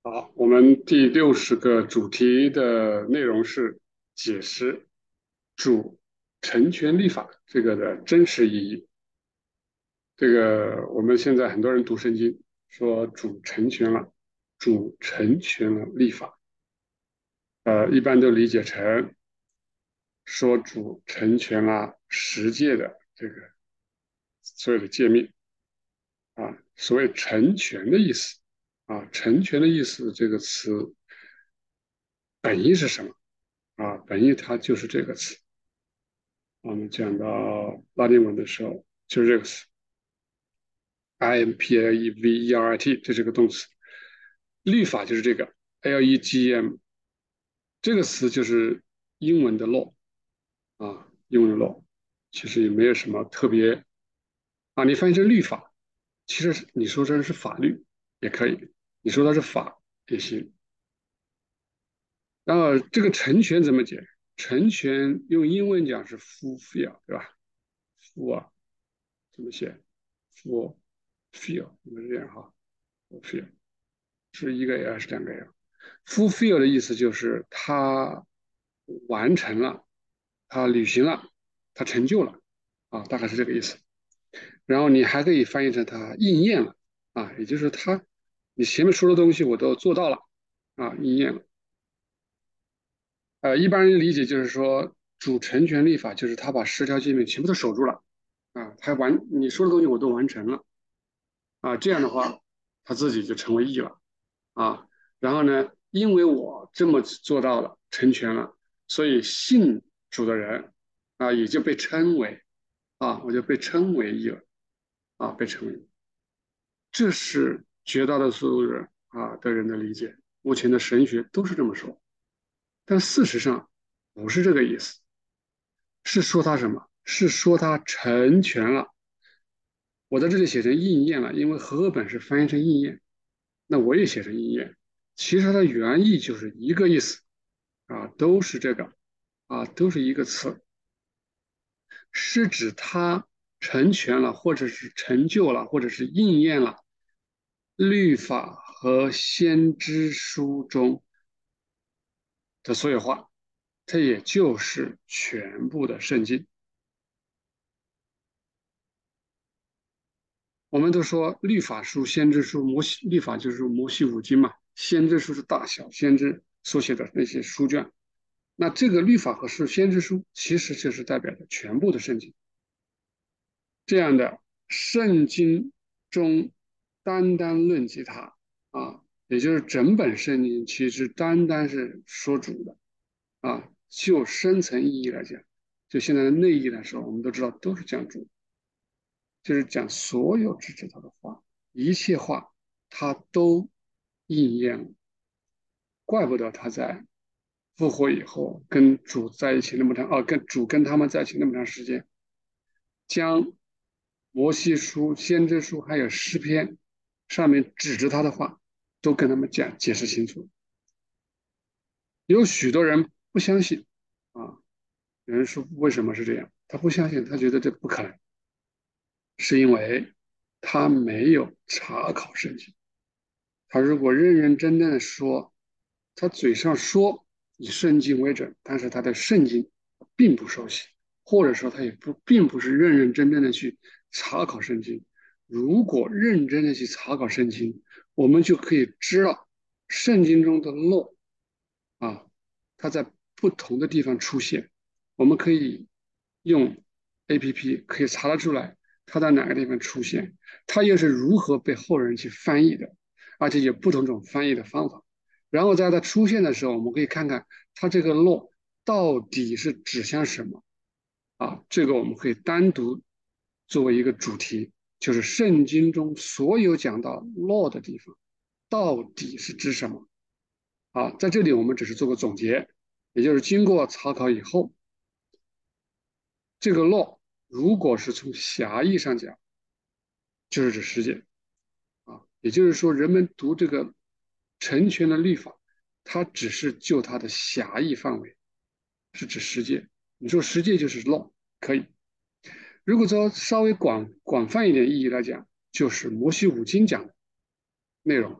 好，我们第60个主题的内容是解释主成全律法这个的真实意义。这个我们现在很多人读圣经说主成全了，主成全了律法，一般都理解成说主成全了十诫的这个所有的诫命啊。所谓成全的意思啊，成全的意思这个词本意是什么？啊，本意它就是这个词。我们讲到拉丁文的时候，就是这个词，impleverity，这是个动词。律法就是这个 legm，这个词就是英文的 law 啊，英文的 law，其实也没有什么特别啊。你翻译成律法，其实你说这是法律也可以，你说它是法也行。然后这个成全怎么解？成全用英文讲是 fulfill，对吧？full 啊，怎么写？fulfill，应该是这样哈，fulfill 是一个 L 还是两个 L？fulfill 的意思就是他完成了，他履行了，他成就了啊，大概是这个意思。然后你还可以翻译成他应验了啊，也就是他你前面说的东西我都做到了啊，应验了。一般人理解就是说，主成全律法就是他把10条诫命全部都守住了啊，你说的东西我都完成了啊，这样的话他自己就成为义了啊。然后呢，因为我这么做到了，成全了，所以信主的人啊也就被称为我就被称为义了啊，被称为义。这是绝大多数人的人的理解，目前的神学都是这么说，但事实上不是这个意思。是说它什么？是说它成全了。我在这里写成应验了，因为和合本是翻译成应验，那我也写成应验。其实它的原意就是一个意思啊，都是这个都是一个词，是指它成全了，或者是成就了，或者是应验了律法和先知书中的所有话，这也就是全部的圣经。我们都说律法书、先知书、律法就是摩西五经嘛，先知书是大小先知所写的那些书卷。那这个律法和先知书其实就是代表着全部的圣经。这样的圣经中单单论及它也就是整本圣经其实单单是说主的就深层意义来讲，就现在的内义来说，我们都知道都是讲主。就是讲所有指着他的话，一切话他都应验了，怪不得他在复活以后跟主在一起那么长，跟他们在一起那么长时间，将摩西书、先知书还有诗篇上面指着他的话，都跟他们解释清楚。有许多人不相信啊，有人说为什么是这样？他不相信，他觉得这不可能，是因为他没有查考圣经。他如果认认真真的说，他嘴上说以圣经为准，但是他的圣经并不熟悉，或者说他也并不是认认真真的去查考圣经。如果认真的去查考圣经，我们就可以知道圣经中的漏啊，它在不同的地方出现，我们可以用 APP 可以查得出来，它在哪个地方出现，它又是如何被后人去翻译的。而且有不同种翻译的方法。然后在它出现的时候，我们可以看看它这个 law 到底是指向什么这个我们可以单独作为一个主题，就是圣经中所有讲到 law 的地方到底是指什么在这里我们只是做个总结，也就是经过查考以后，这个 law 如果是从狭义上讲，就是指世界。也就是说，人们读这个成全的律法，它只是就它的狭义范围，是指十诫。你说十诫就是 law，可以。如果说稍微广泛一点意义来讲，就是摩西五经讲的内容。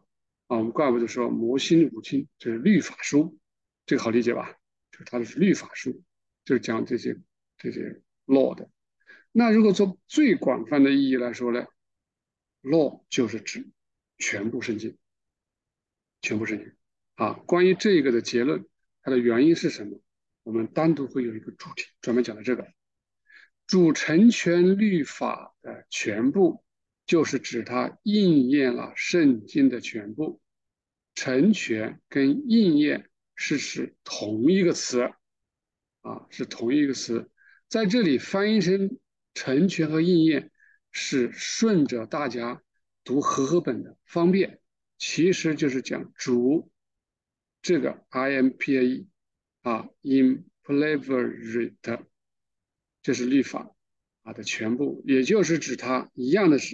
啊，我们怪不得说摩西五经就是律法书，这个好理解吧？就是它是律法书，就是讲这些 law 的。那如果从最广泛的意义来说呢，law 就是指全部圣经，全部圣经。啊，关于这个的结论，它的原因是什么？我们单独会有一个主题专门讲的这个。主成全律法的全部，就是指它应验了圣经的全部。成全跟应验是指同一个词啊，是同一个词。在这里翻译成成全和应验，是顺着大家读和合本的方便，其实就是讲主这个 IMPAE 啊，impleverate，这是律法啊的全部，也就是指它一样的是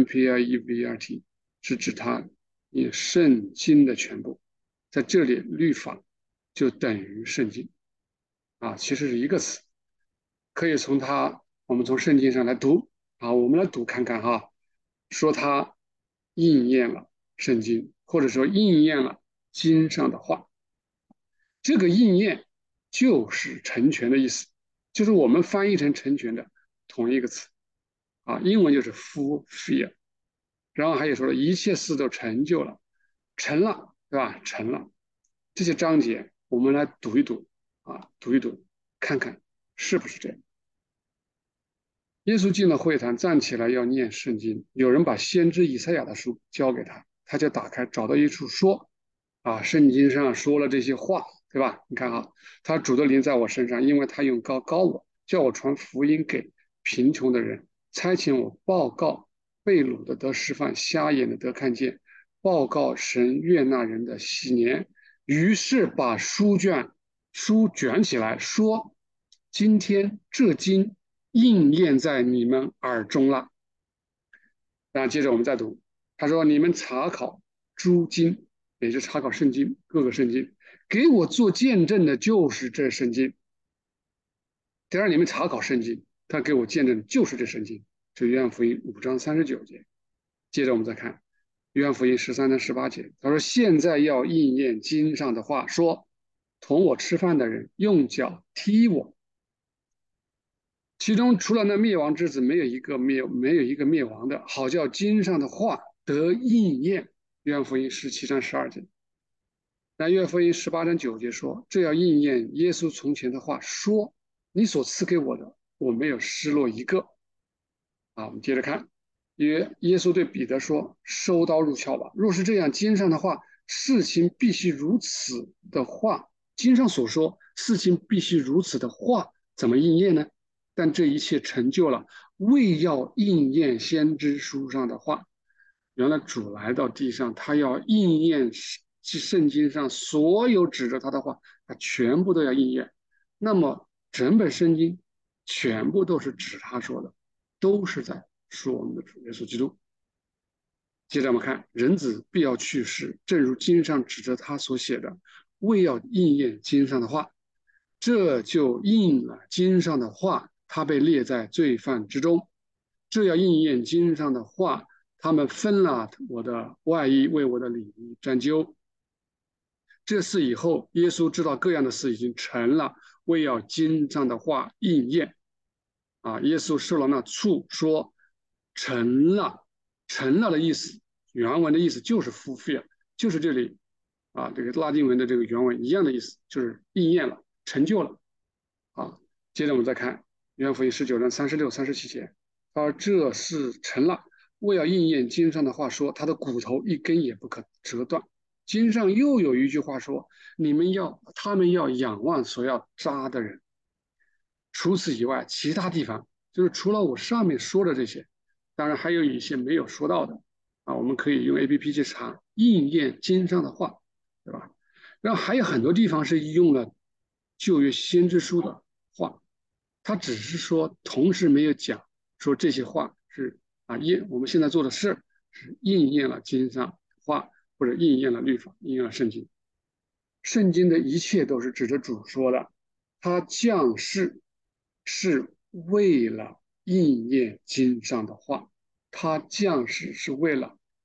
IMPAEVERT，是指它以圣经的全部。在这里，律法就等于圣经啊，其实是一个词，可以从它，我们从圣经上来读啊，我们来读看看哈，说它应验了圣经，或者说应验了经上的话。这个应验就是成全的意思，就是我们翻译成成全的同一个词啊，英文就是 fulfill，然后还有说了一切事都成就了，成了，对吧？成了。这些章节我们来读一读啊，读一读，看看是不是这样。耶稣进了会谈，站起来要念圣经。有人把先知以赛亚的书交给他，他就打开，找到一处说：“啊，圣经上说了这些话，对吧？你看啊，他主的灵在我身上，因为他用膏膏我，叫我传福音给贫穷的人，差遣我报告被掳的得释放，瞎眼的得看见，报告神悦纳人的喜年。”于是把书卷起来说：“今天这经应验在你们耳中了。”然后接着我们再读，他说：“你们查考诸经，也是查考圣经，各个圣经，给我做见证的就是这圣经。第二，你们查考圣经，他给我见证的就是这圣经。”这约翰福音5章39节。接着我们再看约翰福音13章18节，他说：“现在要应验经上的话，说，同我吃饭的人用脚踢我。”其中除了那灭亡之子，没有一个灭亡的，好叫经上的话得应验。约翰福音17章12节。那约翰福音18章9节说：“这要应验耶稣从前的话，说：你所赐给我的，我没有失落一个。”啊，我们接着看，耶稣对彼得说：“收刀入鞘吧！若是这样，经上的话，事情必须如此的话，经上所说事情必须如此的话，怎么应验呢？但这一切成就了，为要应验先知书上的话。原来主来到地上，他要应验圣经上所有指着他的话，他全部都要应验。那么整本圣经全部都是指他说的。”都是在说我们的主耶稣基督。接着我们看，人子必要去世，正如经上指着他所写的，为要应验经上的话，这就应了经上的话，他被列在罪犯之中。这要应验经上的话，他们分了我的外衣，为我的里衣占揪。这事以后，耶稣知道各样的事已经成了，为要经上的话应验。啊，耶稣受了那触，说成了，成了的意思，原文的意思就是 fulfill，就是这里啊，这个拉丁文的这个原文一样的意思，就是应验了，成就了。啊，接着我们再看约翰福音19章36、37节，他说这是成了，为要应验经上的话说，他的骨头一根也不可折断。经上又有一句话说，他们要仰望所要扎的人。除此以外，其他地方就是除了我上面说的这些，当然还有一些没有说到的啊，我们可以用 APP 去查应验经上的话，对吧？然后还有很多地方是用了旧约先知书的话，他只是说同时没有讲说这些话是我们现在做的事是应验了经上的话，或者应验了律法，应验了圣经。圣经的一切都是指着主说的，他降世是为了应验经上的话，他降世是为了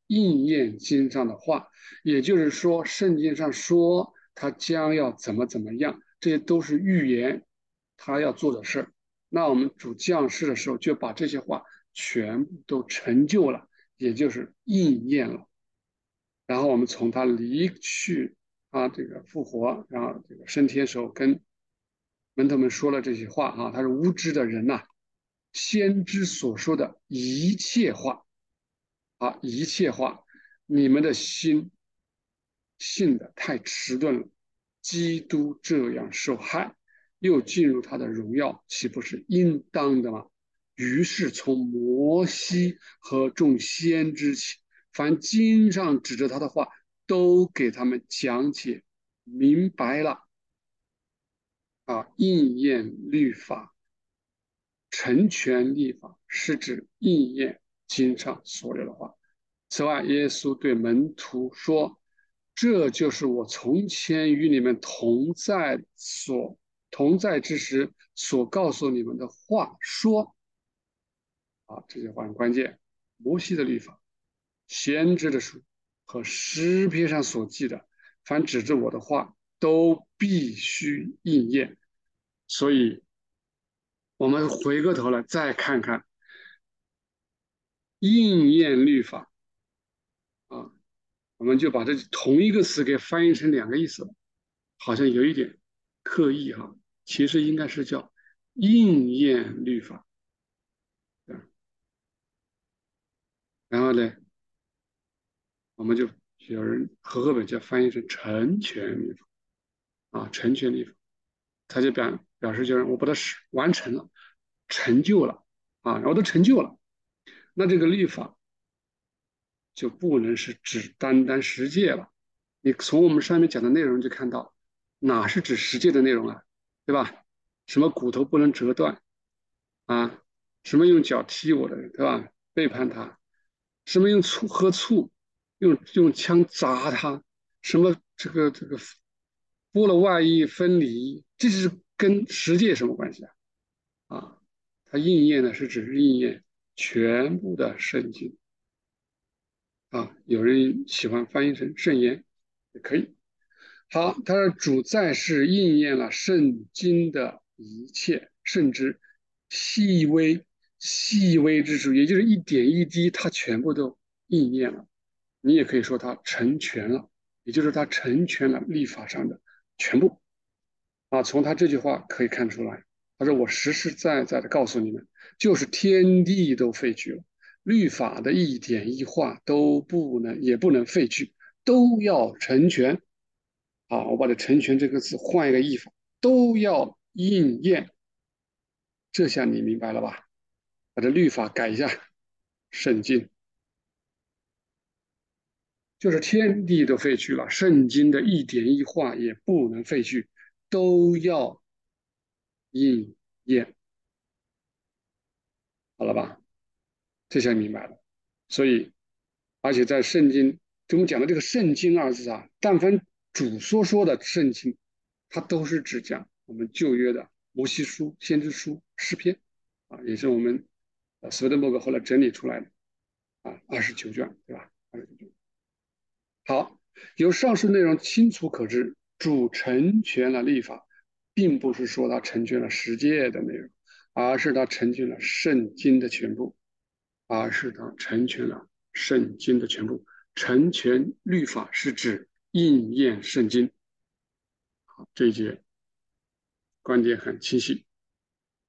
应验经上的话，也就是说，圣经上说他将要怎么怎么样，这些都是预言他要做的事儿。那我们主降世的时候，就把这些话全部都成就了，也就是应验了。然后我们从他离去啊，这个复活，然后这个升天时候跟门徒们说了这些话啊，他是无知的人呐、先知所说的一切话啊，一切话，你们的心信的太迟钝了。基督这样受害，又进入他的荣耀，岂不是应当的吗？于是从摩西和众先知起，凡经上指着他的话，都给他们讲解明白了啊，应验律法。成全立法是指应验经上所有的话。此外，耶稣对门徒说：“这就是我从前与你们同在之时所告诉你们的话。说啊，这句话很关键。摩西的律法、先知的书和诗篇上所记的，凡指着我的话，都必须应验。所以，我们回过头来再看看应验律法啊，我们就把这同一个词给翻译成两个意思了，好像有一点刻意哈，其实应该是叫应验律法。然后呢，我们就有人和本就翻译成成全律法啊，成全律法，他就表示就是我把它完成了，成就了啊，我都成就了，那这个律法就不能是指单单十诫了。你从我们上面讲的内容就看到，哪是指十诫的内容啊，对吧？什么骨头不能折断啊？什么用脚踢我的人，对吧？背叛他，什么用喝醋，用枪砸他，什么这个剥了外衣分离，这是跟十诫有什么关系啊？啊，它应验的是指应验全部的圣经。啊，有人喜欢翻译成圣言，也可以。好，他说主在世应验了圣经的一切，甚至细微细微之处，也就是一点一滴，它全部都应验了。你也可以说它成全了，也就是它成全了律法上的全部。啊，从他这句话可以看出来，他说我实实在在的告诉你们，就是天地都废去了，律法的一点一画都不能，也不能废去，都要成全。啊，我把这“成全”这个字换一个译法，都要应验。这下你明白了吧？把这律法改一下，圣经就是天地都废去了，圣经的一点一画也不能废去，都要应验。好了吧？这下明白了。所以，而且在圣经，就我们讲的这个"圣经"二字啊，但凡主说的圣经，它都是指讲我们旧约的摩西书、先知书、诗篇啊，也是我们斯威登伯格后来整理出来的啊29卷，对吧？29卷。好，由上述内容清楚可知，主成全了立法，并不是说他成全了十诫的内容，而是他成全了圣经的全部。而是他成全了圣经的全部。成全律法是指应验圣经。好，这一节观点很清晰。